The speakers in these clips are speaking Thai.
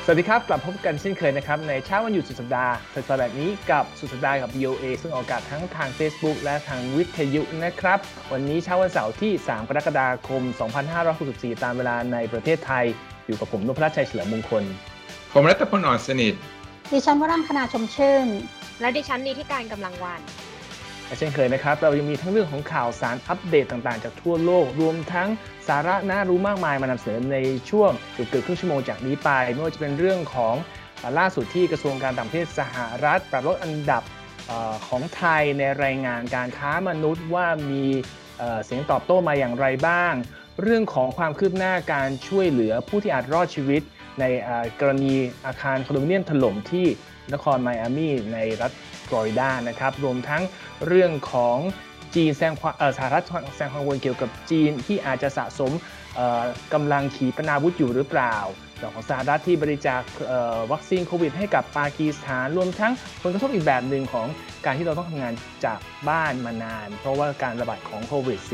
สวัสดีครับกลับพบกันเช่นเคยนะครับในเช้าวันหยุดสุดสัปดาห์สดๆแบบนี้กับสุดสัปดาห์กับ VOA ซึ่งออกอากาศทั้งทาง Facebook และทางวิทยุนะครับวันนี้เช้าวันเสาร์ที่3กรกฎาคม2564ตามเวลาในประเทศไทยอยู่กับผมนพรัตน์ชัยเฉลิมมงคลผมรัตพลอ่อนสนิทดิฉันวรังคณาชมชื่นและดิฉันนิติการกำลังวันเช่นเคยนะครับเรายังมีทั้งเรื่องของข่าวสารอัปเดตต่างๆจากทั่วโลกรวมทั้งสาระน่ารู้มากมายมานำเสนอในช่วงเกือบครึ่งชั่วโมงจากนี้ไปไม่ว่าจะเป็นเรื่องของล่าสุดที่กระทรวงการต่างประเทศสหรัฐปรับลดอันดับของไทยในรายงานการค้ามนุษย์ว่ามีเสียงตอบโต้มาอย่างไรบ้างเรื่องของความคืบหน้าการช่วยเหลือผู้ที่อาจรอดชีวิตในกรณีอาคารคอนโดมิเนียมถล่มที่นครไมอามี่ในรัฐฟลอริดานะครับรวมทั้งเรื่องของจีนสหรัฐแสดงความกังวลเกี่ยวกับจีนที่อาจจะสะสมกำลังขีปนาวุธอยู่หรือเปล่าเรื่องของสหรัฐที่บริจาควัคซีนโควิดให้กับปากีสถานรวมทั้งผลกระทบอีกแบบหนึ่งของการที่เราต้องทำงานจากบ้านมานานเพราะว่าการระบาดของโควิด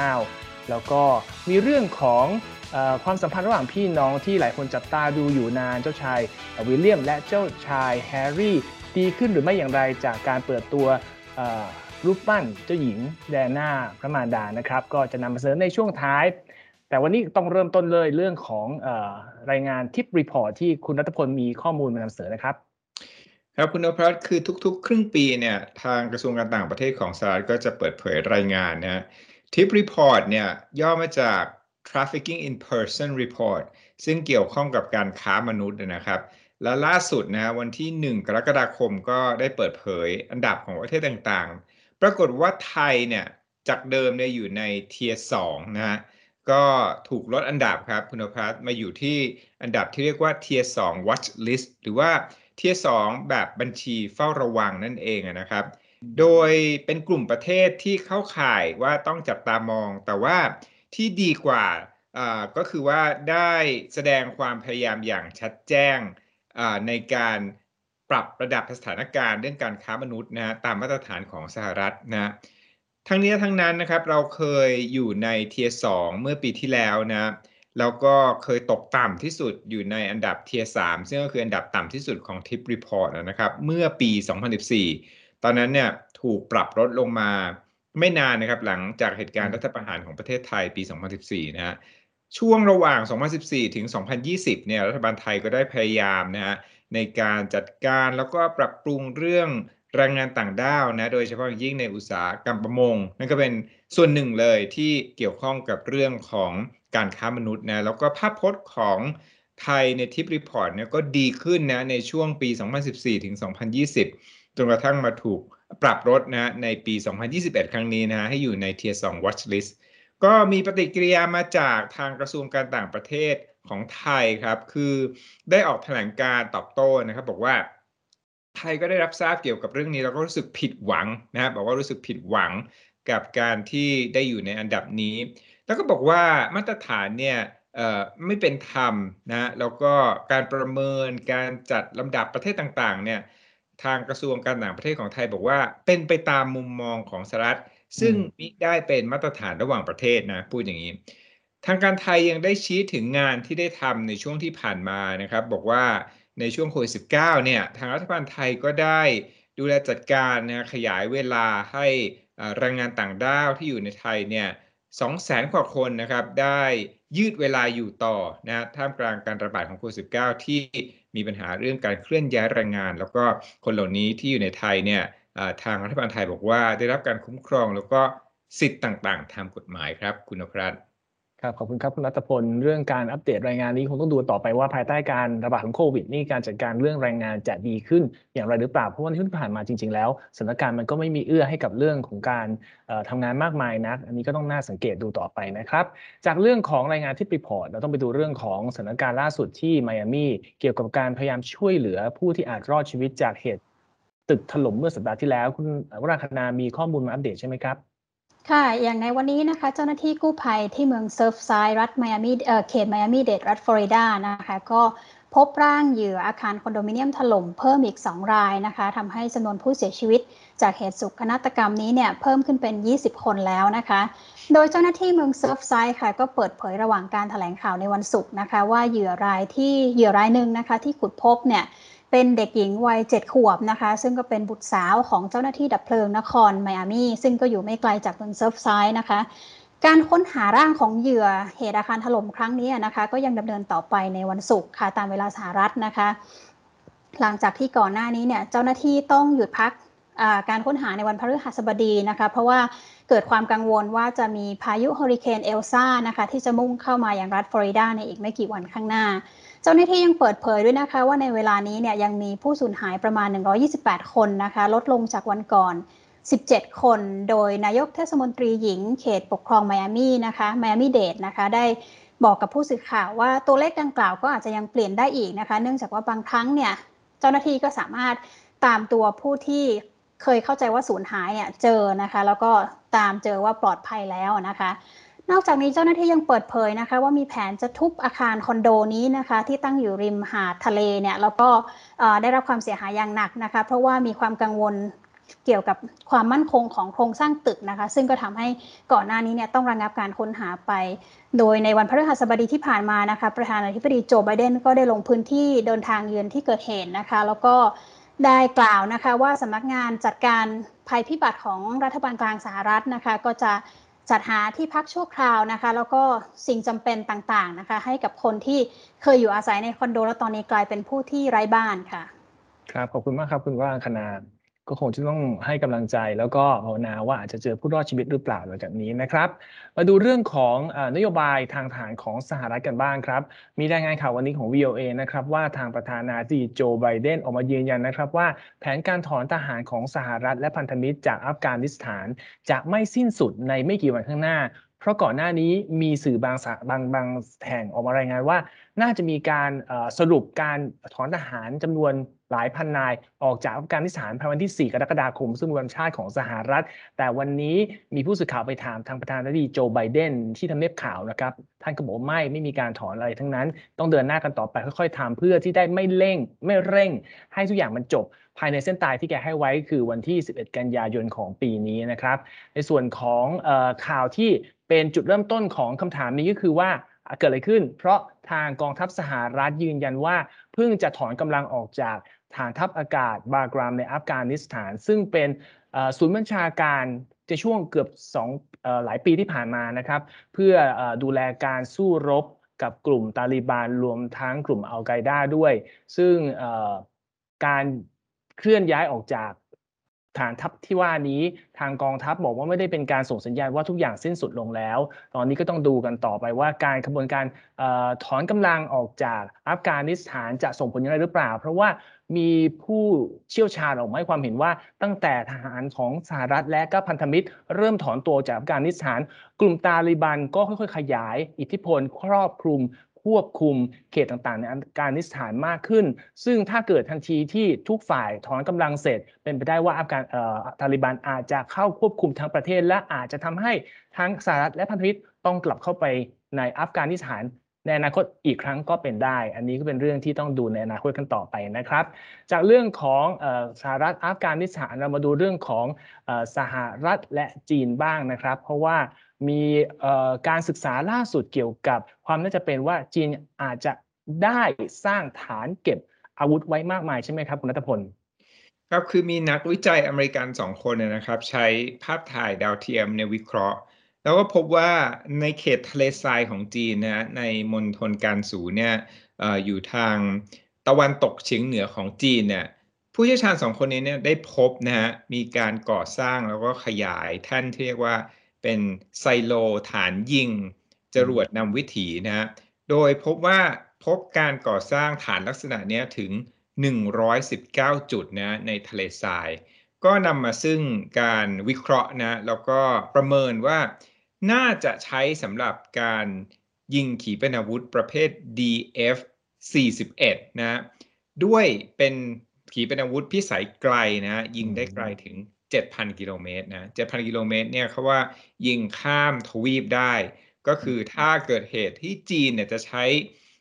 -19 แล้วก็มีเรื่องของความสัมพันธ์ระหว่างพี่น้องที่หลายคนจับตาดูอยู่นานเจ้าชายวิลเลียมและเจ้าชายแฮร์รี่ดีขึ้นหรือไม่อย่างไรจากการเปิดตัวรูปปั้นเจ้าหญิงไดอาน่าพระมารดานะครับก็จะนำมาเสนอในช่วงท้ายแต่วันนี้ต้องเริ่มต้นเลยเรื่องของรายงานทิปรีพอร์ตที่คุณรัตพลมีข้อมูลมานำเสนอนะครับครับคุณนพรัตน์คือทุกๆครึ่งปีเนี่ยทางกระทรวงการต่างประเทศของสหรัฐก็จะเปิดเผยรายงานนะทิปรีพอร์ตเนี่ยย่อมาจาก Trafficking in Person Report ซึ่งเกี่ยวข้องกับการค้ามนุษย์นะครับและล่าสุดนะวันที่1กรกฎาคมก็ได้เปิดเผยอันดับของประเทศต่างๆปรากฏว่าไทยเนี่ยจากเดิมเนี่ยอยู่ในเทียร์2นะฮะก็ถูกลดอันดับครับคุณนพรัตน์มาอยู่ที่อันดับที่เรียกว่าเทียร์2 Watch List หรือว่าเทียร์2แบบบัญชีเฝ้าระวังนั่นเองนะครับโดยเป็นกลุ่มประเทศที่เข้าข่ายว่าต้องจับตามองแต่ว่าที่ดีกว่าก็คือว่าได้แสดงความพยายามอย่างชัดแจ้งในการปรับระดับสถานการณ์เรื่องการค้ามนุษย์นะตามมาตรฐานของสหรัฐนะทั้งนี้ทั้งนั้นนะครับเราเคยอยู่ในเทียร์2เมื่อปีที่แล้วนะแล้วก็เคยตกต่ำที่สุดอยู่ในอันดับเทียร์3ซึ่งก็คืออันดับต่ำที่สุดของทิปรีพอร์ตนะครับเมื่อปี2014ตอนนั้นเนี่ยถูกปรับลดลงมาไม่นานนะครับหลังจากเหตุการณ์รัฐประหารของประเทศไทยปี2014นะฮะช่วงระหว่าง2014ถึง2020เนี่ยรัฐบาลไทยก็ได้พยายามนะฮะในการจัดการแล้วก็ปรับปรุงเรื่องแรงงานต่างด้าวนะโดยเฉพาะยิ่งในอุตสาหกรรมประมงนั่นก็เป็นส่วนหนึ่งเลยที่เกี่ยวข้องกับเรื่องของการค้ามนุษย์นะแล้วก็ภาพพจน์ของไทยในทิปรีพอร์ตเนี่ยก็ดีขึ้นนะในช่วงปี2014ถึง2020จนกระทั่งมาถูกปรับลดนะในปี2021ครั้งนี้นะให้อยู่ในเทียร์2 Watch List ก็มีปฏิกิริยามาจากทางกระทรวงการต่างประเทศของไทยครับคือได้ออกแถลงการตอบโต้นะครับบอกว่าไทยก็ได้รับทราบเกี่ยวกับเรื่องนี้แล้วก็รู้สึกผิดหวังนะครับบอกว่ารู้สึกผิดหวังกับการที่ได้อยู่ในอันดับนี้แล้วก็บอกว่ามาตรฐานเนี่ยไม่เป็นธรรมนะแล้วก็การประเมินการจัดลำดับประเทศต่างๆเนี่ยทางกระทรวงการต่างประเทศของไทยบอกว่าเป็นไปตามมุมมองของสหรัฐซึ่งมิได้เป็นมาตรฐานระหว่างประเทศนะพูดอย่างนี้ทางการไทยยังได้ชี้ถึงงานที่ได้ทำในช่วงที่ผ่านมานะครับบอกว่าในช่วงโควิด -19 เนี่ยทางรัฐบาลไทยก็ได้ดูแลจัดการนะขยายเวลาให้แรงงานต่างด้าวที่อยู่ในไทยเนี่ย200,000 กว่าคนนะครับได้ยืดเวลาอยู่ต่อนะท่ามกลางการระบาดของโควิด -19 ที่มีปัญหาเรื่องการเคลื่อนย้ายแรงงานแล้วก็คนเหล่านี้ที่อยู่ในไทยเนี่ยทางรัฐบาลไทยบอกว่าได้รับการคุ้มครองแล้วก็สิทธิ์ต่างๆตามกฎหมายครับคุณนพรัตน์ครับขอบคุณครับคุณรัตพลเรื่องการอัปเดตรายงานนี้คงต้องดูต่อไปว่าภายใต้การระบาดของโควิดนี่การจัดการเรื่องแรงงานจะดีขึ้นอย่างไรหรือเปล่าเพราะว่าที่ผ่านมาจริงๆแล้วสถานการณ์มันก็ไม่มีเอื้อให้กับเรื่องของการทำงานมากมายนักอันนี้ก็ต้องน่าสังเกตดูต่อไปนะครับจากเรื่องของรายงานที่รีพอร์ตเราต้องไปดูเรื่องของสถานการณ์ล่าสุดที่ไมอามี่เกี่ยวกับการพยายามช่วยเหลือผู้ที่อาจรอดชีวิตจากเหตุตึกถล่มเมื่อสัปดาห์ที่แล้วคุณวราคณามีข้อมูลมาอัปเดตใช่ไหมครับค่ะอย่างในวันนี้นะคะเจ้าหน้าที่กู้ภัยที่เมืองเซิร์ฟไซด์รัฐไมอามี่เขตไมอามี่เดดรัฐฟลอริดานะคะก็พบร่างเหยื่ออาคารคอนโดมิเนียมถล่มเพิ่มอีก2รายนะคะทำให้จำนวนผู้เสียชีวิตจากเหตุโศกนาฏกรรมนี้เนี่ยเพิ่มขึ้นเป็น20คนแล้วนะคะโดยเจ้าหน้าที่เมืองเซิร์ฟไซด์ค่ะก็เปิดเผยระหว่างการแถลงข่าวในวันศุกร์นะคะว่าเหยื่อรายหนึ่งนะคะที่ขุดพบเนี่ยเป็นเด็กหญิงวัย7 ขวบนะคะซึ่งก็เป็นบุตรสาวของเจ้าหน้าที่ดับเพลิงนครไมอามี่ซึ่งก็อยู่ไม่ไกลจากเมืองเซิร์ฟไซด์นะคะการค้นหาร่างของเหยื่อเหตุอาคารถล่มครั้งนี้นะคะก็ยังดำเนินต่อไปในวันศุกร์ค่ะตามเวลาสหรัฐนะคะหลังจากที่ก่อนหน้านี้เนี่ยเจ้าหน้าที่ต้องหยุดพักการค้นหาในวันพฤหัสบดีนะคะเพราะว่าเกิดความกังวลว่าจะมีพายุเฮอริเคนเอลซ่านะคะที่จะมุ่งเข้ามาอย่างรัฐฟลอริดาในอีกไม่กี่วันข้างหน้าเจ้าหน้าที่ยังเปิดเผยด้วยนะคะว่าในเวลานี้เนี่ยยังมีผู้สูญหายประมาณ128คนนะคะลดลงจากวันก่อน17คนโดยนายกเทศมนตรีหญิงเขตปกครองไมอามี่นะคะไมอามี่เดดนะคะได้บอกกับผู้สื่อข่าวว่าตัวเลขดังกล่าวก็อาจจะยังเปลี่ยนได้อีกนะคะเนื่องจากว่าบางครั้งเนี่ยเจ้าหน้าที่ก็สามารถตามตัวผู้ที่เคยเข้าใจว่าสูญหายเนี่ยเจอนะคะแล้วก็ตามเจอว่าปลอดภัยแล้วนะคะนอกจากนี้เจ้าหน้าที่ยังเปิดเผยนะคะว่ามีแผนจะทุบอาคารคอนโดนี้นะคะที่ตั้งอยู่ริมหาดทะเลเนี่ยแล้วก็ได้รับความเสียหายอย่างหนักนะคะเพราะว่ามีความกังวลเกี่ยวกับความมั่นคงของโครงสร้างตึกนะคะซึ่งก็ทำให้ก่อนหน้านี้เนี่ยต้องระงับการค้นหาไปโดยในวันพฤหัสบดีที่ผ่านมานะคะประธานาธิบดีโจไบเดนก็ได้ลงพื้นที่เดินทางเยือนที่เกิดเหตุนะคะแล้วก็ได้กล่าวนะคะว่าสำนักงานจัดการภัยพิบัติของรัฐบาลกลางสหรัฐนะคะก็จะจัดหาที่พักชั่วคราวนะคะแล้วก็สิ่งจำเป็นต่างๆนะคะให้กับคนที่เคยอยู่อาศัยในคอนโดแล้วตอนนี้กลายเป็นผู้ที่ไร้บ้านค่ะครับขอบคุณมากครับคุณวรังคณาก็คงจะต้องให้กำลังใจแล้วก็ภาวนาว่าอาจจะเจอผู้รอดชีวิตหรือเปล่าหลังจากนี้นะครับมาดูเรื่องของนโยบายทางทหารของสหรัฐกันบ้างครับมีรายงานข่าววันนี้ของ VOA นะครับว่าทางประธานาธิบดีโจไบเดนออกมายืนยันนะครับว่าแผนการถอนทหารของสหรัฐและพันธมิตรจากอัฟกานิสถานจะไม่สิ้นสุดในไม่กี่วันข้างหน้าเพราะก่อนหน้านี้มีสื่อบางแห่งออกมารายงานว่าน่าจะมีการสรุปการถอนทหารจำนวนหลายพันนายออกจากอัฟกานิสถานภายในวันที่4 กรกฎาคมซึ่งเป็นวันชาติของสหรัฐแต่วันนี้มีผู้สื่อข่าวไปถามทางประธานาธิบดีโจไบเดนที่ทำเนียบข่าวนะครับท่านก็บอกว่าไม่มีการถอนอะไรทั้งนั้นต้องเดินหน้ากันต่อไปค่อยๆทำเพื่อที่ได้ไม่เร่งให้ทุกอย่างมันจบภายในเส้นตายที่แกให้ไว้คือวันที่11 กันยายนของปีนี้นะครับในส่วนของข่าวที่เป็นจุดเริ่มต้นของคำถามนี้ก็คือว่าเกิดอะไรขึ้นเพราะทางกองทัพสหรัฐยืนยันว่าเพิ่งจะถอนกำลังออกจากฐานทัพอากาศบากรามในอัฟกานิสถานซึ่งเป็นศูนย์บัญชาการในช่วงเกือบหลายปีที่ผ่านมานะครับเพื่อดูแลการสู้รบกับกลุ่มตาลิบันรวมทั้งกลุ่มอัลไกอฎาด้วยซึ่งการเคลื่อนย้ายออกจากฐานทัพที่ว่านี้ทางกองทัพบอกว่าไม่ได้เป็นการส่งสัญญาณว่าทุกอย่างสิ้นสุดลงแล้วตอนนี้ก็ต้องดูกันต่อไปว่าการขบวนการถอนกำลังออกจากอัฟกานิสถานจะส่งผลอย่างไรหรือเปล่าเพราะว่ามีผู้เชี่ยวชาญออกมาให้ความเห็นว่าตั้งแต่ทหารของสหรัฐและก็พันธมิตรเริ่มถอนตัวจากอัฟกานิสถานกลุ่มตาลิบันก็ค่อยๆขยายอิทธิพลครอบคลุมควบคุมเขตต่างๆในอัฟกานิสถานมากขึ้นซึ่งถ้าเกิดทันทีที่ทุกฝ่ายถอนกำลังเสร็จเป็นไปได้ว่าตาลิบันอาจจะเข้าควบคุมทั้งประเทศและอาจจะทำให้ทั้งสหรัฐและพันธมิตรต้องกลับเข้าไปในอัฟกานิสถานในอนาคตอีกครั้งก็เป็นได้อันนี้ก็เป็นเรื่องที่ต้องดูในอนาคตกันต่อไปนะครับจากเรื่องของสหรัฐอัฟกานิสถานเรามาดูเรื่องของสหรัฐและจีนบ้างนะครับเพราะว่ามีการศึกษาล่าสุดเกี่ยวกับความน่าจะเป็นว่าจีนอาจจะได้สร้างฐานเก็บอาวุธไว้มากมายใช่ไหมครับคุณณัฐพลครับคือมีนักวิจัยอเมริกัน2คนนะครับใช้ภาพถ่ายดาวเทียมในวิเคราะห์แล้วก็พบว่าในเขตทะเลทรายของจีนนะในมณฑลการสูเนี่ยอยู่ทางตะวันตกเฉียงเหนือของจีนเนี่ยผู้เชี่ยวชาญ2คนนี้เนี่ยได้พบนะฮะมีการก่อสร้างแล้วก็ขยายแท่นที่เรียกว่าเป็นไซโลฐานยิงจรวดนำวิถีนะฮะโดยพบการก่อสร้างฐานลักษณะนี้ถึง119 จุดนะในทะเลทรายก็นำมาซึ่งการวิเคราะห์นะแล้วก็ประเมินว่าน่าจะใช้สำหรับการยิงขีปนาวุธประเภท DF-41 นะด้วยเป็นขีปนาวุธพิสัยไกลนะยิงได้ไกลถึง 7,000 กิโลเมตรนะ 7,000 กิโลเมตรเนี่ยเขาว่ายิงข้ามทวีปได้ก็คือถ้าเกิดเหตุที่จีนเนี่ยจะใช้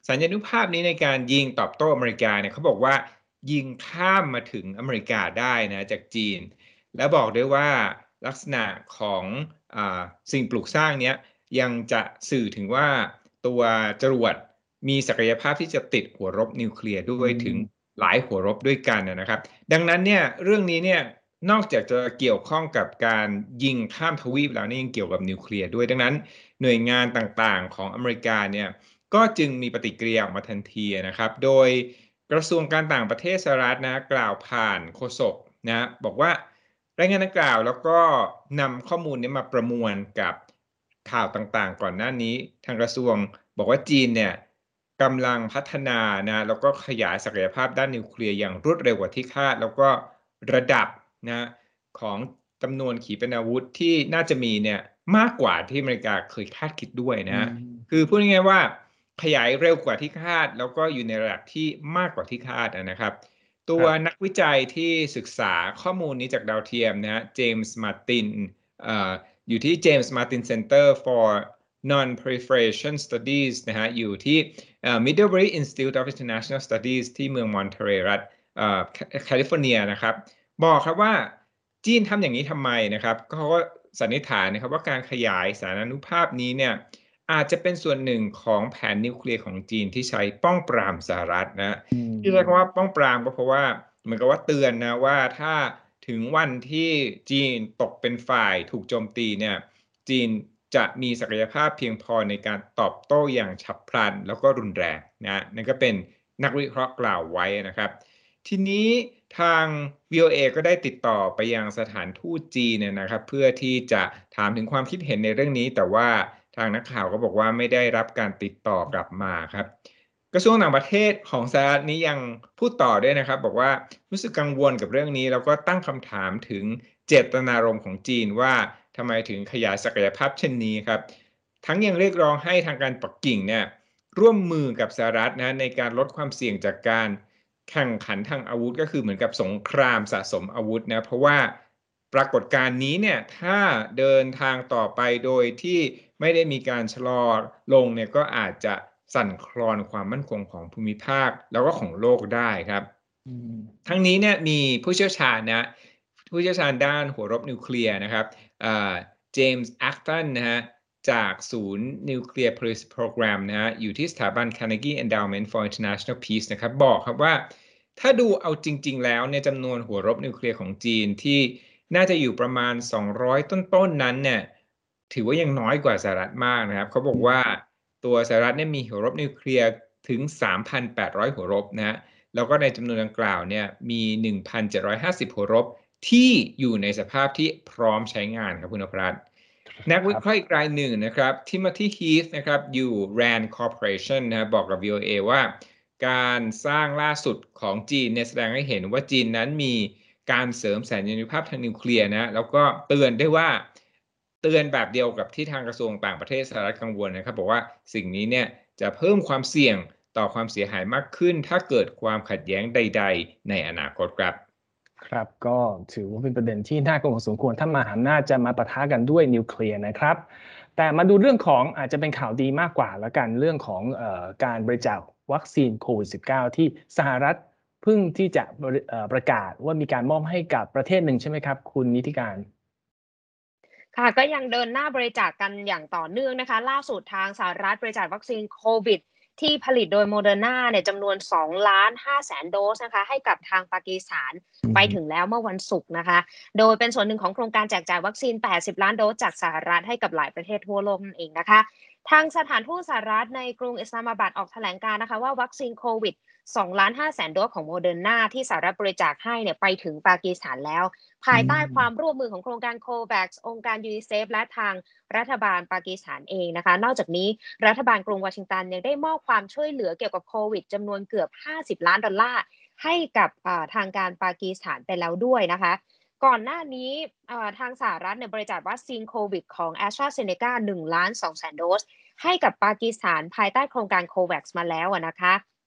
สัญญานุภาพนี้ในการยิงตอบโต้อเมริกาเนี่ยเขาบอกว่ายิงข้ามมาถึงอเมริกาได้นะจากจีนแล้วบอกด้วยว่าลักษณะของสิ่งปลูกสร้างเนี้ยยังจะสื่อถึงว่าตัวจรวดมีศักยภาพที่จะติดหัวรบนิวเคลียร์ด้วยถึงหลายหัวรบด้วยกันนะครับดังนั้นเนี่ยเรื่องนี้เนี่ยนอกจากจะเกี่ยวข้องกับการยิงข้ามทวีปแล้วนี่ยังเกี่ยวกับนิวเคลียร์ด้วยดังนั้นหน่วยงานต่างๆของอเมริกาเนี่ยก็จึงมีปฏิกิริยาออกมาทันทีนะครับโดยกระทรวงการต่างประเทศสหรัฐนะกล่าวผ่านโฆษกนะบอกว่ารายงานดังกล่าวแล้วก็นำข้อมูลนี้มาประมวลกับข่าวต่างๆก่อนหน้านี้ทางกระทรวงบอกว่าจีนเนี่ยกำลังพัฒนานะแล้วก็ขยายศักยภาพด้านนิวเคลียร์อย่างรวดเร็วกว่าที่คาดแล้วก็ระดับนะของจำนวนขีปนาวุธที่น่าจะมีเนี่ยมากกว่าที่อเมริกาเคยคาดคิดด้วยนะคือพูดง่ายๆว่าขยายเร็วกว่าที่คาดแล้วก็อยู่ในระดับที่มากกว่าที่คาดนะครับตัวนักวิจัยที่ศึกษาข้อมูลนี้จากดาวเทียมนะเจมส์มาร์ตินอยู่ที่ James Martin Center for Non-Proliferation Studies นะฮะอยู่ที่ Middlebury Institute of International Studies ที่เมืองมอนเทเรย์รัฐแคลิฟอร์เนียนะครับบอกครับว่าจีนทำอย่างนี้ทำไมนะครับเขาก็สันนิษฐานนะครับว่าการขยายสารานุภาพนี้เนี่ยอาจจะเป็นส่วนหนึ่งของแผนนิวเคลียร์ของจีนที่ใช้ป้องปรามสหรัฐนะที่เรียกว่าป้องปรามก็เพราะว่าเหมือนกับว่าเตือนนะว่าถ้าถึงวันที่จีนตกเป็นฝ่ายถูกโจมตีเนี่ยจีนจะมีศักยภาพเพียงพอในการตอบโต้อย่างฉับพลันแล้วก็รุนแรงนะนั่นก็เป็นนักวิเคราะห์กล่าวไว้นะครับทีนี้ทาง VOA ก็ได้ติดต่อไปยังสถานทูตจีนเนี่ยนะครับเพื่อที่จะถามถึงความคิดเห็นในเรื่องนี้แต่ว่าทางนักข่าวก็บอกว่าไม่ได้รับการติดต่อกลับมาครับกระทรวงต่างประเทศของสหรัฐนี้ยังพูดต่อด้วยนะครับบอกว่ารู้สึกกังวลกับเรื่องนี้แล้วก็ตั้งคำถามถึงเจตนารมณ์ของจีนว่าทำไมถึงขยายศักยภาพเช่นนี้ครับทั้งยังเรียกร้องให้ทางการปักกิ่งเนี่ยร่วมมือกับสหรัฐนะในการลดความเสี่ยงจากการแข่งขันทางอาวุธก็คือเหมือนกับสงครามสะสมอาวุธนะเพราะว่าปรากฏการณ์นี้เนี่ยถ้าเดินทางต่อไปโดยที่ไม่ได้มีการชะลอลงเนี่ยก็อาจจะสั่นคลอนความมั่นคงของภูมิภาคแล้วก็ของโลกได้ครับทั้งนี้เนี่ยมีผู้เชี่ยวชาญด้านหัวรบนิวเคลียร์นะครับเจมส์แอคตันนะฮะจากศูนย์นิวเคลียร์ Policy Program นะฮะอยู่ที่สถาบัน Carnegie Endowment for International Peace นะครับบอกครับว่าถ้าดูเอาจริงๆแล้วในจำนวนหัวรบนิวเคลียร์ของจีนที่น่าจะอยู่ประมาณ200ต้นๆนั้นเนี่ยถือว่ายังน้อยกว่าสหรัฐมากนะครับเขาบอกว่าตัวสหรัฐเนี่ยมีหัวรบนิวเคลียร์ถึง 3,800 หัวรบนะฮะแล้วก็ในจำนวนดังกล่าวเนี่ยมี 1,750 หัวรบที่อยู่ในสภาพที่พร้อมใช้งานครับคุณอภรัตน์นักวิเคราะห์อีกรายหนึ่งนะครับทิโมธีฮีธนะครับอยู่ RAND Corporation นะบอกกับ VOA ว่าการสร้างล่าสุดของจีนเนี่ยแสดงให้เห็นว่าจีนนั้นมีการเสริมสัญญานุภาพทางนิวเคลียร์นะแล้วก็เตือนได้ว่าเตือนแบบเดียวกับที่ทางกระทรวงต่างประเทศสหรัฐกังวลนะครับบอกว่าสิ่งนี้เนี่ยจะเพิ่มความเสี่ยงต่อความเสียหายมากขึ้นถ้าเกิดความขัดแย้งใดๆในอนาคตครับครับก็ถือว่าเป็นประเด็นที่น่ากังวลสมควรถ้ามหาอำนาจจะมาปะทะกันด้วยนิวเคลียร์นะครับแต่มาดูเรื่องของอาจจะเป็นข่าวดีมากกว่าแล้วกันเรื่องของการบริจาควัคซีนโควิด -19 ที่สหรัฐเพิ่งที่จะประกาศว่ามีการมอบให้กับประเทศหนึ่งใช่ไหมครับคุณนิติการค่ะก็ยังเดินหน้าบริจาคกันอย่างต่อเนื่องนะคะล่าสุดทางสหรัฐบริจาควัคซีนโควิดที่ผลิตโดยโมเดอร์นาเนี่ยจำนวน 2,500,000 โดสนะคะให้กับทางปากีสถานไปถึงแล้วเมื่อวันศุกร์นะคะโดยเป็นส่วนหนึ่งของโครงการแจกจ่ายวัคซีน 80 ล้านโดสจากสหรัฐให้กับหลายประเทศทั่วโลกนั่นเองนะคะทางสถานทูตสหรัฐในกรุงอิสลามาบัดออกแถลงการนะคะว่าวัคซีนโควิด 2,500,000 โดสของโมเดอร์นาที่สหรัฐบริจาคให้เนี่ยไปถึงปากีสถานแล้วภายใต้ความร่วมมือของโครงการโควัคซ์องค์การยูนิเซฟและทางรัฐบาลปากีสถานเองนะคะนอกจากนี้รัฐบาลกรุงวอชิงตันยังได้มอบความช่วยเหลือเกี่ยวกับโควิดจำนวนเกือบ50 ล้านดอลลาร์ให้กับทางการปากีสถานไปแล้วด้วยนะคะก่อนหน้านี้ทางสหรัฐบริจาควัคซีนโควิดของ AstraZeneca 1,200,000 โดสให้กับปากีสถานภายใต้โครงการโควัคซ์มาแล้วนะคะ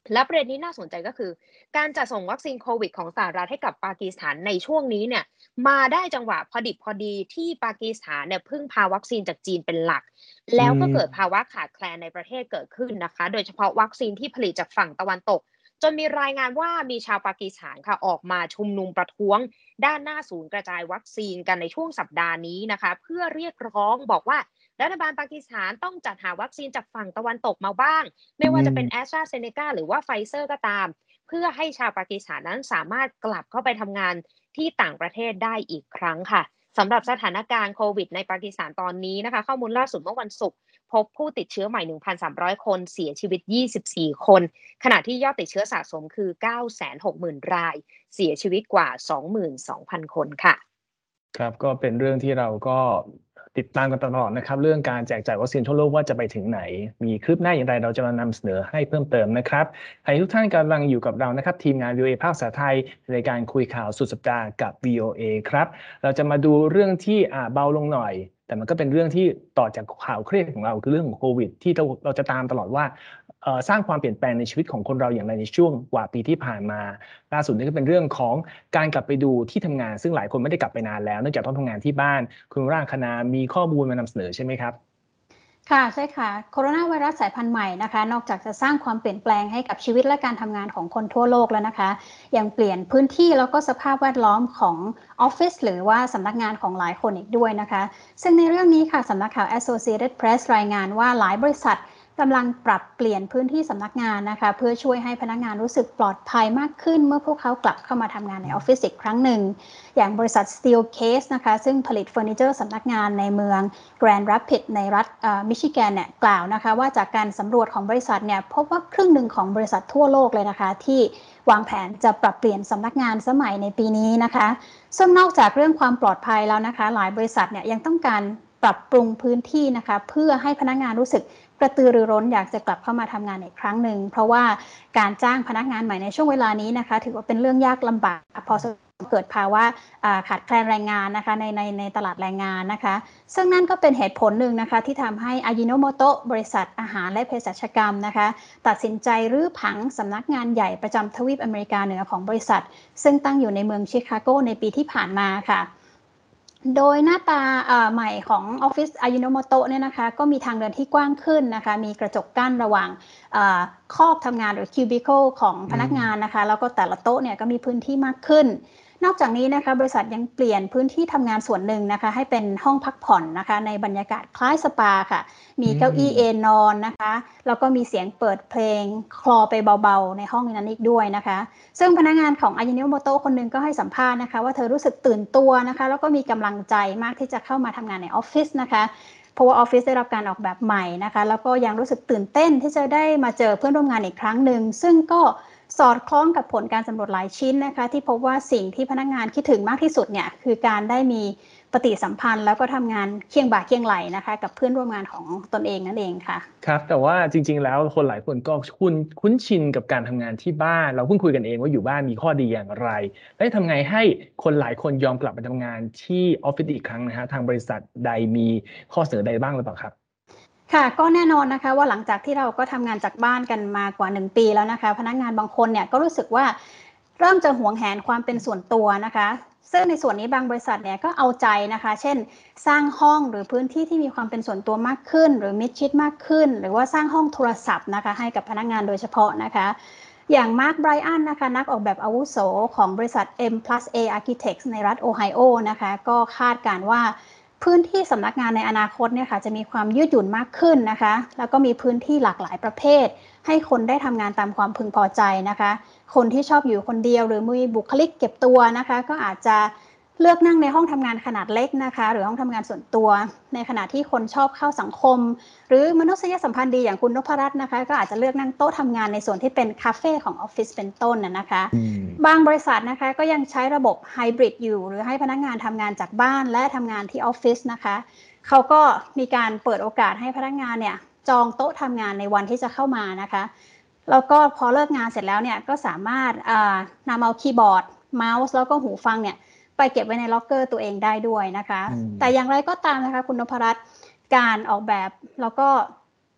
และประเด็นนี้น่าสนใจก็คือการจัดส่งวัคซีนโควิดของสหรัฐให้กับปากีสถานในช่วงนี้เนี่ยมาได้จังหวะพอดิบพอดีที่ปากีสถานเนี่ยพึ่งพาวัคซีนจากจีนเป็นหลักแล้วก็เกิดภาวะขาดแคลนในประเทศเกิดขึ้นนะคะโดยเฉพาะวัคซีนที่ผลิตจากฝั่งตะวันตกจนมีรายงานว่ามีชาวปากีสถานค่ะออกมาชุมนุมประท้วงด้านหน้าศูนย์กระจายวัคซีนกันในช่วงสัปดาห์นี้นะคะเพื่อเรียกร้องบอกว่ารัฐบาลปากีสถานต้องจัดหาวัคซีนจากฝั่งตะวันตกมาบ้างไม่ว่าจะเป็น AstraZeneca หรือว่า Pfizer ก็ตามเพื่อให้ชาวปากีสถานนั้นสามารถกลับเข้าไปทำงานที่ต่างประเทศได้อีกครั้งค่ะสำหรับสถานการณ์โควิดในปากีสถานตอนนี้นะคะข้อมูลล่าสุดเมื่อวันศุกร์พบผู้ติดเชื้อใหม่ 1,300 คนเสียชีวิต24คนขณะที่ยอดติดเชื้อสะสมคือ 960,000 รายเสียชีวิตกว่า 22,000 คนค่ะครับก็เป็นเรื่องที่เราก็ติดตามกันตลอดนะครับเรื่องการแจกจ่ายวัคซีนทั่วโลกว่าจะไปถึงไหนมีคืบหน้าอย่างไรเราจะมานำเสนอให้เพิ่มเติมนะครับใครทุกท่านกำลังอยู่กับเรานะครับทีมงาน VOA ภาคภาษาไทยในการคุยข่าวสุดสัปดาห์กับ VOA ครับเราจะมาดูเรื่องที่เบาลงหน่อยแต่มันก็เป็นเรื่องที่ต่อจากข่าวเครียดของเราคือเรื่องของโควิดที่เราจะตามตลอดว่าสร้างความเปลี่ยนแปลงในชีวิตของคนเราอย่างไรในช่วงกว่าปีที่ผ่านมาล่าสุดนี่ก็เป็นเรื่องของการกลับไปดูที่ทำงานซึ่งหลายคนไม่ได้กลับไปนานแล้วเนื่องจากต้องทำงานที่บ้านคุณร่างคณามีข้อมูลมานำเสนอใช่ไหมครับค่ะใช่ค่ะโคโรนาไวรัสสายพันธุ์ใหม่นะคะนอกจากจะสร้างความเปลี่ยนแปลงให้กับชีวิตและการทำงานของคนทั่วโลกแล้วนะคะยังเปลี่ยนพื้นที่แล้วก็สภาพแวดล้อมของออฟฟิศหรือว่าสำนักงานของหลายคนอีกด้วยนะคะซึ่งในเรื่องนี้ค่ะสำนักข่าว Associated Press รายงานว่าหลายบริษัทกำลังปรับเปลี่ยนพื้นที่สำนักงานนะคะเพื่อช่วยให้พนักงานรู้สึกปลอดภัยมากขึ้นเมื่อพวกเขากลับเข้ามาทำงานในออฟฟิศอีกครั้งหนึ่งอย่างบริษัท Steelcase นะคะซึ่งผลิตเฟอร์นิเจอร์สำนักงานในเมือง Grand Rapids ในรัฐมิชิแกนเนี่ยกล่าวนะคะว่าจากการสำรวจของบริษัทเนี่ยพบว่าครึ่งหนึ่งของบริษัททั่วโลกเลยนะคะที่วางแผนจะปรับเปลี่ยนสำนักงานสมัยในปีนี้นะคะซึ่งนอกจากเรื่องความปลอดภัยแล้วนะคะหลายบริษัทเนี่ยยังต้องการปรับปรุงพื้นที่นะคะเพื่อให้พนักงานรู้สึกกระตือรือร้นอยากจะกลับเข้ามาทำงานอีกครั้งหนึ่งเพราะว่าการจ้างพนักงานใหม่ในช่วงเวลานี้นะคะถือว่าเป็นเรื่องยากลำบากพอเกิดภาวะขาดแคลนแรงงานนะคะในตลาดแรงงานนะคะซึ่งนั่นก็เป็นเหตุผลหนึ่งนะคะที่ทำให้อายิโนโมโตะบริษัทอาหารและเภสัชกรรมนะคะตัดสินใจรื้อผังสำนักงานใหญ่ประจำทวีปอเมริกาเหนือของบริษัทซึ่งตั้งอยู่ในเมืองชิคาโกในปีที่ผ่านมาค่ะโดยหน้าตาใหม่ของออฟฟิศอายิโนโมโตะเนี่ยนะคะก็มีทางเดินที่กว้างขึ้นนะคะมีกระจกกั้นระหว่างคอกทำงานหรือคิวบิเคิลของพนักงานนะคะแล้วก็แต่ละโต๊ะเนี่ยก็มีพื้นที่มากขึ้นนอกจากนี้นะคะบริษัทยังเปลี่ยนพื้นที่ทำงานส่วนหนึ่งนะคะให้เป็นห้องพักผ่อนนะคะในบรรยากาศคล้ายสปาค่ะมีเก้าอี้เอนนอนนะคะแล้วก็มีเสียงเปิดเพลงคลอไปเบาๆในห้องนั้นอีกด้วยนะคะซึ่งพนักงานของอายิโนโมโตะคนหนึ่งก็ให้สัมภาษณ์นะคะว่าเธอรู้สึกตื่นตัวนะคะแล้วก็มีกำลังใจมากที่จะเข้ามาทำงานในออฟฟิศนะคะเพราะว่าออฟฟิศได้รับการออกแบบใหม่นะคะแล้วก็ยังรู้สึกตื่นเต้นที่จะได้มาเจอเพื่อนร่วมงานอีกครั้งหนึ่งซึ่งก็สอดคล้องกับผลการสำรวจหลายชิ้นนะคะที่พบว่าสิ่งที่พนักงานคิดถึงมากที่สุดเนี่ยคือการได้มีปฏิสัมพันธ์แล้วก็ทำงานเคียงบ่าเคียงไหลนะคะกับเพื่อนร่วมงานของตนเองนั่นเองค่ะครับแต่ว่าจริงๆแล้วคนหลายคนก็คุ้นชินกับการทำงานที่บ้านเราเพิ่งคุยกันเองว่าอยู่บ้านมีข้อดีอย่างไรและทำไงให้คนหลายคนยอมกลับมาทำงานที่ออฟฟิศอีกครั้งนะฮะทางบริษัทใดมีข้อเสนอใดบ้างหรือเปล่าครับค่ะก็แน่นอนนะคะว่าหลังจากที่เราก็ทำงานจากบ้านกันมากว่า1ปีแล้วนะคะพนักงานบางคนเนี่ยก็รู้สึกว่าเริ่มจะหวงแหนความเป็นส่วนตัวนะคะซึ่งในส่วนนี้บางบริษัทเนี่ยก็เอาใจนะคะเช่นสร้างห้องหรือพื้นที่ที่มีความเป็นส่วนตัวมากขึ้นหรือมิดชิดมากขึ้นหรือว่าสร้างห้องโทรศัพท์นะคะให้กับพนักงานโดยเฉพาะนะคะอย่างมาร์คไบรอันนะคะนักออกแบบอาวุโสของบริษัท M+A Architects ในรัฐโอไฮโอนะคะก็คาดการณ์ว่าพื้นที่สำนักงานในอนาคตเนี่ยค่ะจะมีความยืดหยุ่นมากขึ้นนะคะแล้วก็มีพื้นที่หลากหลายประเภทให้คนได้ทำงานตามความพึงพอใจนะคะคนที่ชอบอยู่คนเดียวหรือมีบุคลิกเก็บตัวนะคะก็อาจจะเลือกนั่งในห้องทำงานขนาดเล็กนะคะหรือห้องทำงานส่วนตัวในขณะที่คนชอบเข้าสังคมหรือมนุษยสัมพันธ์ดีอย่างคุณนพรัตน์นะคะก็อาจจะเลือกนั่งโต๊ะทำงานในส่วนที่เป็นคาเฟ่ของออฟฟิศเป็นต้นนะคะบางบริษัทนะคะก็ยังใช้ระบบไฮบริดอยู่หรือให้พนักงานทำงานจากบ้านและทำงานที่ออฟฟิศนะคะเขาก็มีการเปิดโอกาสให้พนักงานเนี่ยจองโต๊ะทำงานในวันที่จะเข้ามานะคะแล้วก็พอเลิกงานเสร็จแล้วเนี่ยก็สามารถนำเอาคีย์บอร์ดเมาส์แล้วก็หูฟังเนี่ยไปเก็บไว้ในล็อกเกอร์ตัวเองได้ด้วยนะคะแต่อย่างไรก็ตามนะคะคุณนพรัตน์การออกแบบแล้วก็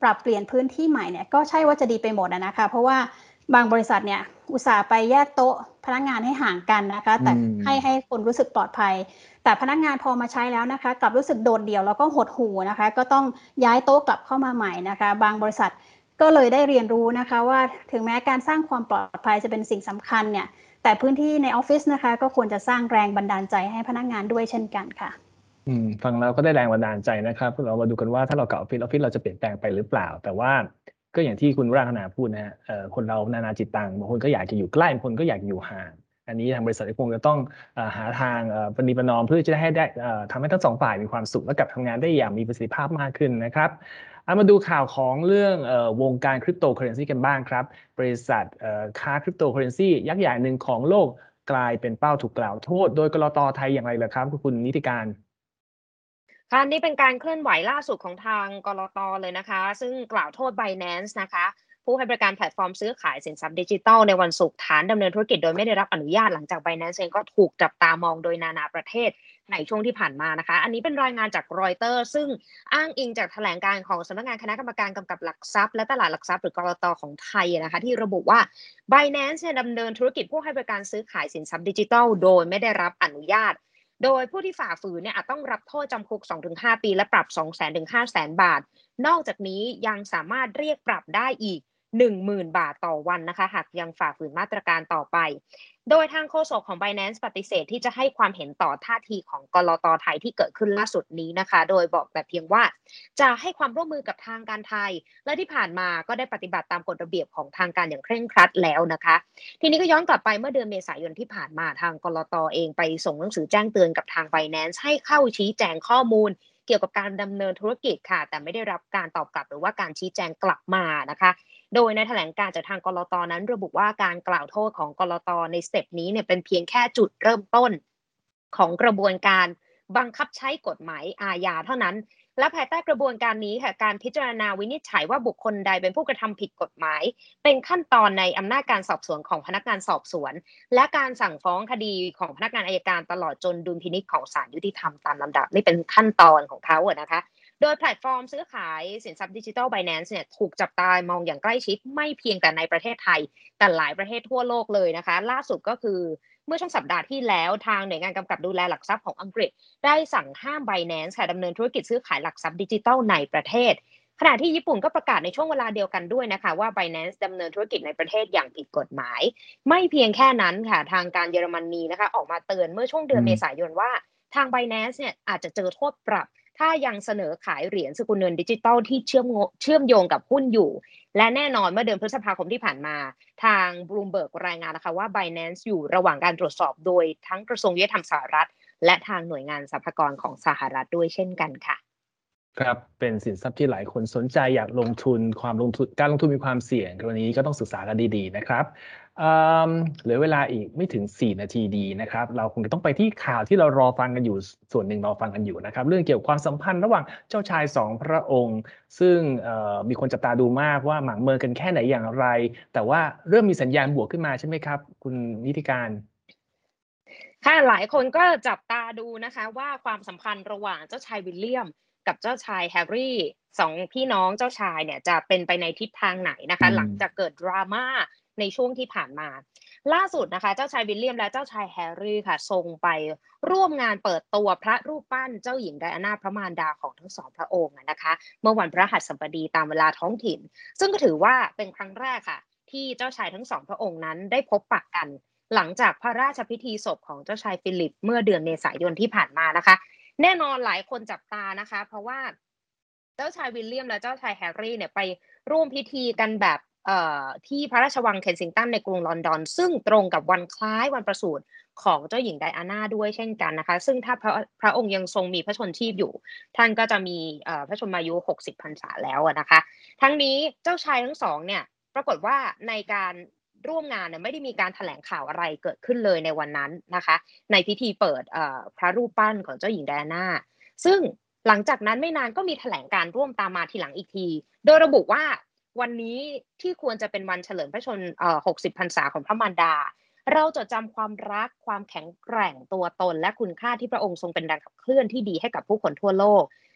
ปรับเปลี่ยนพื้นที่ใหม่เนี่ยก็ใช่ว่าจะดีไปหมดนะคะเพราะว่าบางบริษัทเนี่ยอุตส่าห์ไปแยกโต๊ะพนักงานให้ห่างกันนะคะแต่ให้คนรู้สึกปลอดภัยแต่พนักงานพอมาใช้แล้วนะคะกลับรู้สึกโดดเดี่ยวแล้วก็หดหู่นะคะก็ต้องย้ายโต๊ะกลับเข้ามาใหม่นะคะบางบริษัทก็เลยได้เรียนรู้นะคะว่าถึงแม้การสร้างความปลอดภัยจะเป็นสิ่งสำคัญเนี่ยแต่พื้นที่ในออฟฟิศนะคะก็ควรจะสร้างแรงบันดาลใจให้พนักงานด้วยเช่นกันค่ะฟังแล้วก็ได้แรงบันดาลใจนะครับเรามาดูกันว่าถ้าเรากลับออฟฟิศเราจะเปลี่ยนแปลงไปหรือเปล่าแต่ว่าก็อย่างที่คุณวราคณาพูดนะฮะคนเรานานาจิตตังบางคนก็อยากจะอยู่ใกล้บางคนก็อยากอยู่ห่างอันนี้ทางบริษัทคงจะต้องหาทางประนีประนอมเพื่อจะได้ทำให้ทั้งสองฝ่ายมีความสุขและกลับทำงานได้อย่างมีประสิทธิภาพมากขึ้นนะครับมาดูข่าวของเรื่องวงการคริปโตเคอเรนซีกันบ้างครับบริษัทค้าคริปโตเคอเรนซียักษ์ใหญ่หนึ่งของโลกกลายเป็นเป้าถูกกล่าวโทษโดยกลต.ไทยอย่างไรล่ะครับคุณนิติการค่ะนี่เป็นการเคลื่อนไหวล่าสุดของทางกลต.เลยนะคะซึ่งกล่าวโทษ Binance นะคะผู้ให้บริการแพลตฟอร์มซื้อขายสินทรัพย์ดิจิทัลในวันศุกร์ฐานดำเนินธุรกิจโดยไม่ได้รับอนุญาตหลังจาก Binance เองก็ถูกจับตามองโดยนานาประเทศในช่วงที่ผ่านมานะคะอันนี้เป็นรายงานจากรอยเตอร์ซึ่งอ้างอิงจากแถลงการของสำนักงานคณะกรรมการกำกับหลักทรัพย์และตลาดหลักทรัพย์หรือกลต.ของไทยนะคะที่ระบุว่า Binance ดำเนินธุรกิจผู้ให้บริการซื้อขายสินทรัพย์ดิจิทัลโดยไม่ได้รับอนุญาตโดยผู้ที่ฝ่าฝืนเนี่ยอาจต้องรับโทษจำคุก 2-5 ปีและปรับ 200,000 ถึง 500,000 บาทนอกจากนี้ยังสามารถเรียกปรับได้อีก 10,000 บาทต่อวันนะคะหากยังฝ่าฝืนมาตรการต่อไปโดยทางโฆษกของ Binance ปฏิเสธที่จะให้ความเห็นต่อท่าทีของกลต.ไทยที่เกิดขึ้นล่าสุดนี้นะคะโดยบอกแต่เพียงว่าจะให้ความร่วมมือกับทางการไทยและที่ผ่านมาก็ได้ปฏิบัติตามกฎระเบียบของทางการอย่างเคร่งครัดแล้วนะคะทีนี้ก็ย้อนกลับไปเมื่อเดือนเมษายนที่ผ่านมาทางกลต.เองไปส่งหนังสือแจ้งเตือนกับทาง Binance ให้เข้าชี้แจงข้อมูลเกี่ยวกับการดำเนินธุรกิจค่ะแต่ไม่ได้รับการตอบกลับหรือว่าการชี้แจงกลับมานะคะโดยในแถลงการจากทางกลต.นั้นระบุว่าการกล่าวโทษของกลต.ในสเต็ปนี้เนี่ยเป็นเพียงแค่จุดเริ่มต้นของกระบวนการบังคับใช้กฎหมายอาญาเท่านั้นและภายใต้กระบวนการนี้ค่ะการพิจารณาวินิจฉัยว่าบุคคลใดเป็นผู้กระทำผิดกฎหมายเป็นขั้นตอนในอำนาจการสอบสวนของพนักงานสอบสวนและการสั่งฟ้องคดีของพนักงานอัยการตลอดจนดุลพินิจของศาลยุติธรรมตามลำดับนี่เป็นขั้นตอนของเขาอะนะคะโดยแพลตฟอร์มซื้อขายสินทรัพย์ดิจิทัล Binance เนี่ยถูกจับตามองอย่างใกล้ชิดไม่เพียงแต่ในประเทศไทยแต่หลายประเทศทั่วโลกเลยนะคะล่าสุดก็คือเมื่อช่วงสัปดาห์ที่แล้วทางหน่วยงานกำกับดูแลหลักทรัพย์ของอังกฤษได้สั่งห้าม Binance ค่ะดำเนินธุรกิจซื้อขายหลักทรัพย์ดิจิทัลในประเทศขณะที่ญี่ปุ่นก็ประกาศในช่วงเวลาเดียวกันด้วยนะคะว่า Binance ดำเนินธุรกิจในประเทศอย่างผิดกฎหมายไม่เพียงแค่นั้นค่ะทางการเยอรมนีนะคะออกมาเตือนเมื่อช่วงเดือนเมษายนว่าทาง Binance เนี่ยอาจจะเจอโทษปรับถ้ายังเสนอขายเหรียญสกุลเงินดิจิทัลที่เชื่อมโยงกับหุ้นอยู่และแน่นอนเมื่อเดือนพฤษภาคมที่ผ่านมาทาง Bloomberg รายงานนะคะว่า Binance อยู่ระหว่างการตรวจสอบโดยทั้งกระทรวงยุติธรรมสหรัฐและทางหน่วยงานสรรพากรของสหรัฐด้วยเช่นกันค่ะครับเป็นสินทรัพย์ที่หลายคนสนใจอยากลงทุนการลงทุนมีความเสี่ยงกรณีก็ต้องศึกษากันดีๆนะครับเหลือเวลาอีกไม่ถึง4นาทีดีนะครับเราคงจะต้องไปที่ข่าวที่เรารอฟังกันอยู่ส่วนหนึ่งรอฟังกันอยู่นะครับเรื่องเกี่ยวกับความสัมพันธ์ระหว่างเจ้าชาย2พระองค์ซึ่งมีคนจับตาดูมากว่าหมางเมินกันแค่ไหนอย่างไรแต่ว่าเริ่มมีสัญญาณบวกขึ้นมาใช่ไหมครับคุณนิติการค่ะหลายคนก็จับตาดูนะคะว่าความสัมพันธ์ระหว่างเจ้าชายวิลเลียมกับเจ้าชายแฮร์รี่2พี่น้องเจ้าชายเนี่ยจะเป็นไปในทิศทางไหนนะคะหลังจากเกิดดราม่าในช่วงที่ผ่านมาล่าสุดนะคะเจ้าชายวิลเลียมและเจ้าชายแฮร์รี่ค่ะทรงไปร่วมงานเปิดตัวพระรูปปั้นเจ้าหญิงไดอานาพระมารดาของทั้ง2พระองค์นะคะเมื่อวันพฤหัสบดีตามเวลาท้องถิ่นซึ่งก็ถือว่าเป็นครั้งแรกค่ะที่เจ้าชายทั้ง2พระองค์นั้นได้พบปะกันหลังจากพระราชพิธีศพของเจ้าชายฟิลิปเมื่อเดือนเมษายนที่ผ่านมานะคะแน่นอนหลายคนจับตานะคะเพราะว่าเจ้าชายวิลเลียมและเจ้าชายแฮร์รี่เนี่ยไปร่วมพิธีกันแบบที่พระราชวังเคนซิงตันในกรุงลอนดอนซึ่งตรงกับวันคล้ายวันประสูติของเจ้าหญิงไดอาน่าด้วยเช่นกันนะคะซึ่งถ้าพระองค์ยังทรงมีพระชนชีพอยู่ท่านก็จะมีพระชนมายุ60 พรรษาแล้วนะคะทั้งนี้เจ้าชายทั้งสองเนี่ยปรากฏว่าในการร่วมงานเนี่ยไม่ได้มีการแถลงข่าวอะไรเกิดขึ้นเลยในวันนั้นนะคะในพิธีเปิดพระรูปปั้นของเจ้าหญิงไดอาน่าซึ่งหลังจากนั้นไม่นานก็มีแถลงการร่วมตามมาทีหลังอีกทีโดยระบุว่าวันนี้ที่ควรจะเป็นวันเฉลิมพระชน60 พรรษาของพระมารดาเราจดจำความรักความแข็งแกร่งตัวตนและคุณค่าที่พระองค์ทรงเป็นแรงขับเคลื่อนที่ดีให้กับผู้คนทั่วโลก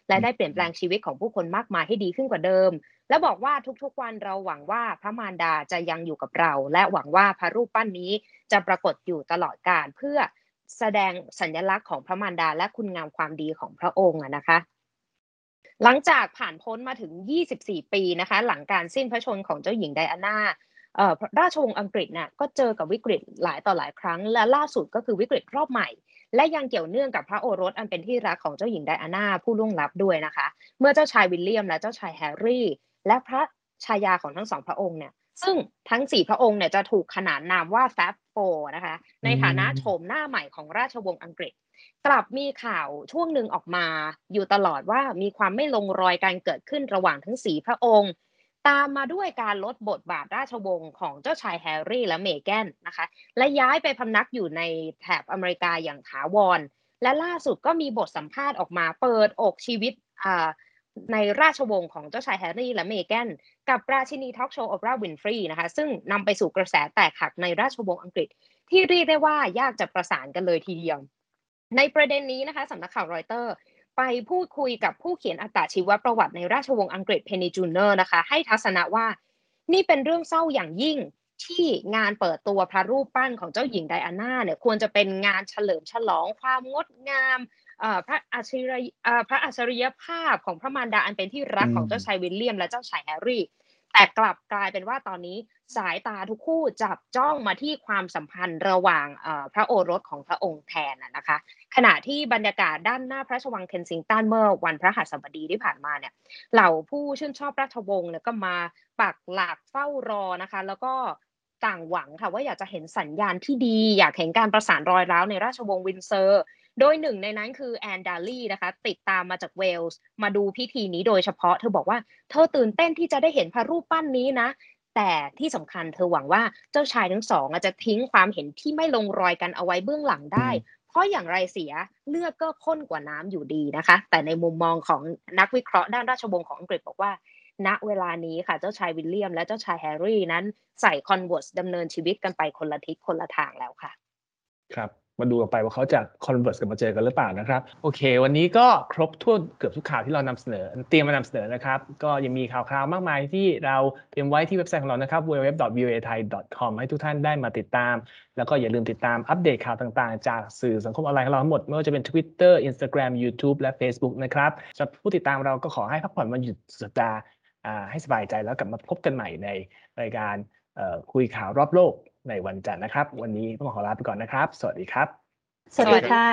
และได้เปลี่ยนแปลงชีวิตของผู้คนมากมายให้ดีขึ้นกว่าเดิมและบอกว่าทุกๆวันเราหวังว่าพระมารดาจะยังอยู่กับเราและหวังว่าพระรูปปั้นนี้จะปรากฏอยู่ตลอดกาลเพื่อแสดงสัญลักษณ์ของพระมารดาและคุณงามความดีของพระองค์นะคะหลังจากผ่านพ้นมาถึง24ปีนะคะหลังการสิ้นพระชนม์ของเจ้าหญิงไดอาน่าราชวงศ์อังกฤษน่ะก็เจอกับวิกฤตหลายต่อหลายครั้งและล่าสุดก็คือวิกฤตรอบใหม่และยังเกี่ยวเนื่องกับพระโอรสอันเป็นที่รักของเจ้าหญิงไดอาน่าผู้ล่วงลับด้วยนะคะเมื่อเจ้าชายวิลเลียมและเจ้าชายแฮร์รี่และพระชายาของทั้งสองพระองค์เนี่ยซึ่งทั้ง4พระองค์เนี่ยจะถูกขนานนามว่า Fab Four นะคะในฐานะโฉมหน้าใหม่ของราชวงศ์อังกฤษกลับมีข่าวช่วงหนึ่งออกมาอยู่ตลอดว่ามีความไม่ลงรอยการเกิดขึ้นระหว่างทั้ง4พระองค์ตามมาด้วยการลดบทบาทราชวงศ์ของเจ้าชายแฮร์รี่และเมแกนนะคะและย้ายไปพำนักอยู่ในแถบอเมริกาอย่างถาวรและล่าสุดก็มีบทสัมภาษณ์ออกมาเปิดอกชีวิตในราชวงศ์ของเจ้าชายแฮร์รี่และเมแกนกับราชินีทอล์กโชว์โอปราห์วินฟรีนะคะซึ่งนำไปสู่กระแสแตกหักในราชวงศ์อังกฤษที่เรียกได้ว่ายากจะประสานกันเลยทีเดียวในประเด็นนี้นะคะสำนักข่าวรอยเตอร์ไปพูดคุยกับผู้เขียนอัตชีวประวัติในราชวงศ์อังกฤษเพนนีจูเนอร์นะคะให้ทัศนะว่านี่เป็นเรื่องเศร้าอย่างยิ่งที่งานเปิดตัวพระรูปปั้นของเจ้าหญิงไดอาน่าเนี่ยควรจะเป็นงานเฉลิมฉลองความงดงามพระอัจฉริยภาพของพระมารดาอันเป็นที่รักของเจ้าชายวิลเลียมและเจ้าชายแฮร์รี่แต่กลับกลายเป็นว่าตอนนี้สายตาทุกคู่จับจ้องมาที่ความสัมพันธ์ระหว่างพระโอรสของพระองค์แทนนะคะขณะที่บรรยากาศด้านหน้าพระราชวังเคนซิงตันเมื่อวันพฤหัสบดีที่ผ่านมาเนี่ยเหล่าผู้ชื่นชอบราชวงศ์เนี่ยก็มาปักหลักเฝ้ารอนะคะแล้วก็ต่างหวังค่ะว่าอยากจะเห็นสัญญาณที่ดีอยากเห็นการประสานรอยร้าวในราชวงศ์วินเซอร์โดยหนึ่งในนั้นคือแอนดาลีนะคะติดตามมาจากเวลส์มาดูพิธีนี้โดยเฉพาะเธอบอกว่าเธอตื่นเต้นที่จะได้เห็นพระรูปปั้นนี้นะแต่ที่สำคัญเธอหวังว่าเจ้าชายทั้งสองจะทิ้งความเห็นที่ไม่ลงรอยกันเอาไว้เบื้องหลังได้เพราะอย่างไรเสียเลือดก็ข้นกว่าน้ำอยู่ดีนะคะแต่ในมุมมองของนักวิเคราะห์ด้านราชวงศ์ของอังกฤษบอกว่าณเวลานี้ค่ะเจ้าชายวิลเลียมและเจ้าชายแฮร์รี่นั้นใส่คอนเวิร์สดำเนินชีวิตกันไปคนละทิศคนละทางแล้วค่ะครับมาดูกันไปว่าเขาจะคอนเวิร์สกันมาเจอกันหรือเปล่านะครับโอเควันนี้ก็ครบถ้วนเกือบทุกข่าวที่เรานำเสนอเตรียมมานำเสนอนะครับก็ยังมีข่าวคราวมากมายที่เราเตรียมไว้ที่เว็บไซต์ของเรานะครับ www.voathai.com ให้ทุกท่านได้มาติดตามแล้วก็อย่าลืมติดตามอัปเดตข่าวต่างๆจากสื่อสังคมออนไลน์ของเราทั้งหมดไม่ว่าจะเป็น Twitter Instagram YouTube และ Facebook นะครับสำหรับผู้ติดตามเราก็ขอให้พักผ่อนวันหยุดสัปดาห์ให้สบายใจแล้วกลับมาพบกันใหม่ในรายการคุยข่าวรอบโลกในวันจันทร์นะครับวันนี้ต้องขอลาไปก่อนนะครับสวัสดีครับสวัสดีค่ะ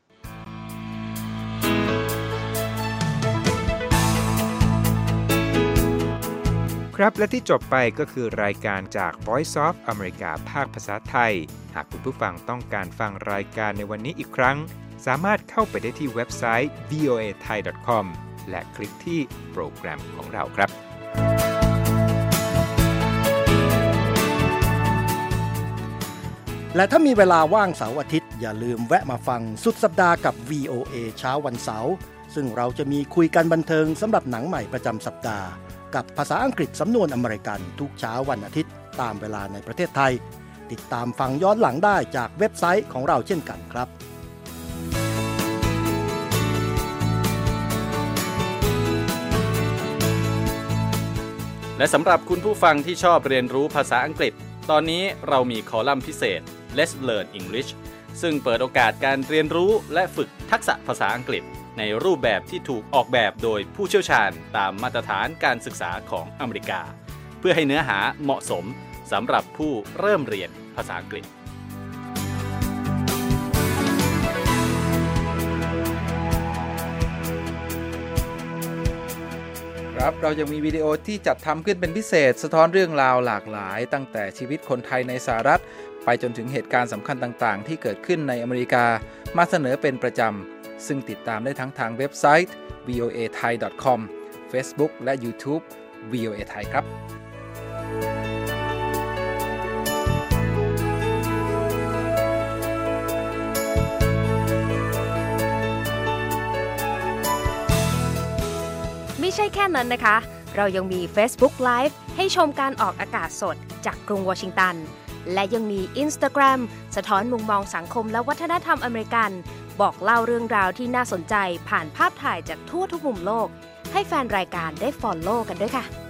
ครับและที่จบไปก็คือรายการจาก Voice of America ภาคภาษาไทยหากคุณผู้ฟังต้องการฟังรายการในวันนี้อีกครั้งสามารถเข้าไปได้ที่เว็บไซต์ voathai.com และคลิกที่โปรแกรมของเราครับและถ้ามีเวลาว่างเสาร์อาทิตย์อย่าลืมแวะมาฟังสุดสัปดาห์กับ VOA เช้าวันเสาร์ซึ่งเราจะมีคุยกันบันเทิงสำหรับหนังใหม่ประจำสัปดาห์กับภาษาอังกฤษสำนวนอเมริกันทุกเช้าวันอาทิตย์ตามเวลาในประเทศไทยติดตามฟังย้อนหลังได้จากเว็บไซต์ของเราเช่นกันครับและสำหรับคุณผู้ฟังที่ชอบเรียนรู้ภาษาอังกฤษตอนนี้เรามีคอลัมน์พิเศษ Let's Learn English ซึ่งเปิดโอกาสการเรียนรู้และฝึกทักษะภาษาอังกฤษในรูปแบบที่ถูกออกแบบโดยผู้เชี่ยวชาญตามมาตรฐานการศึกษาของอเมริกาเพื่อให้เนื้อหาเหมาะสมสำหรับผู้เริ่มเรียนภาษาอังกฤษครับเรายังมีวิดีโอที่จัดทำขึ้นเป็นพิเศษสะท้อนเรื่องราวหลากหลายตั้งแต่ชีวิตคนไทยในสหรัฐไปจนถึงเหตุการณ์สำคัญต่างๆที่เกิดขึ้นในอเมริกามาเสนอเป็นประจำซึ่งติดตามได้ทั้งทางเว็บไซต์ voathai.com Facebook และ YouTube VOA Thai ครับไม่ใช่แค่นั้นนะคะเรายังมี Facebook Live ให้ชมการออกอากาศสดจากกรุงวอชิงตันและยังมี Instagram สะท้อนมุมมองสังคมและวัฒนธรรมอเมริกันบอกเล่าเรื่องราวที่น่าสนใจผ่านภาพถ่ายจากทั่วทุกมุมโลกให้แฟนรายการได้ follow กันด้วยค่ะ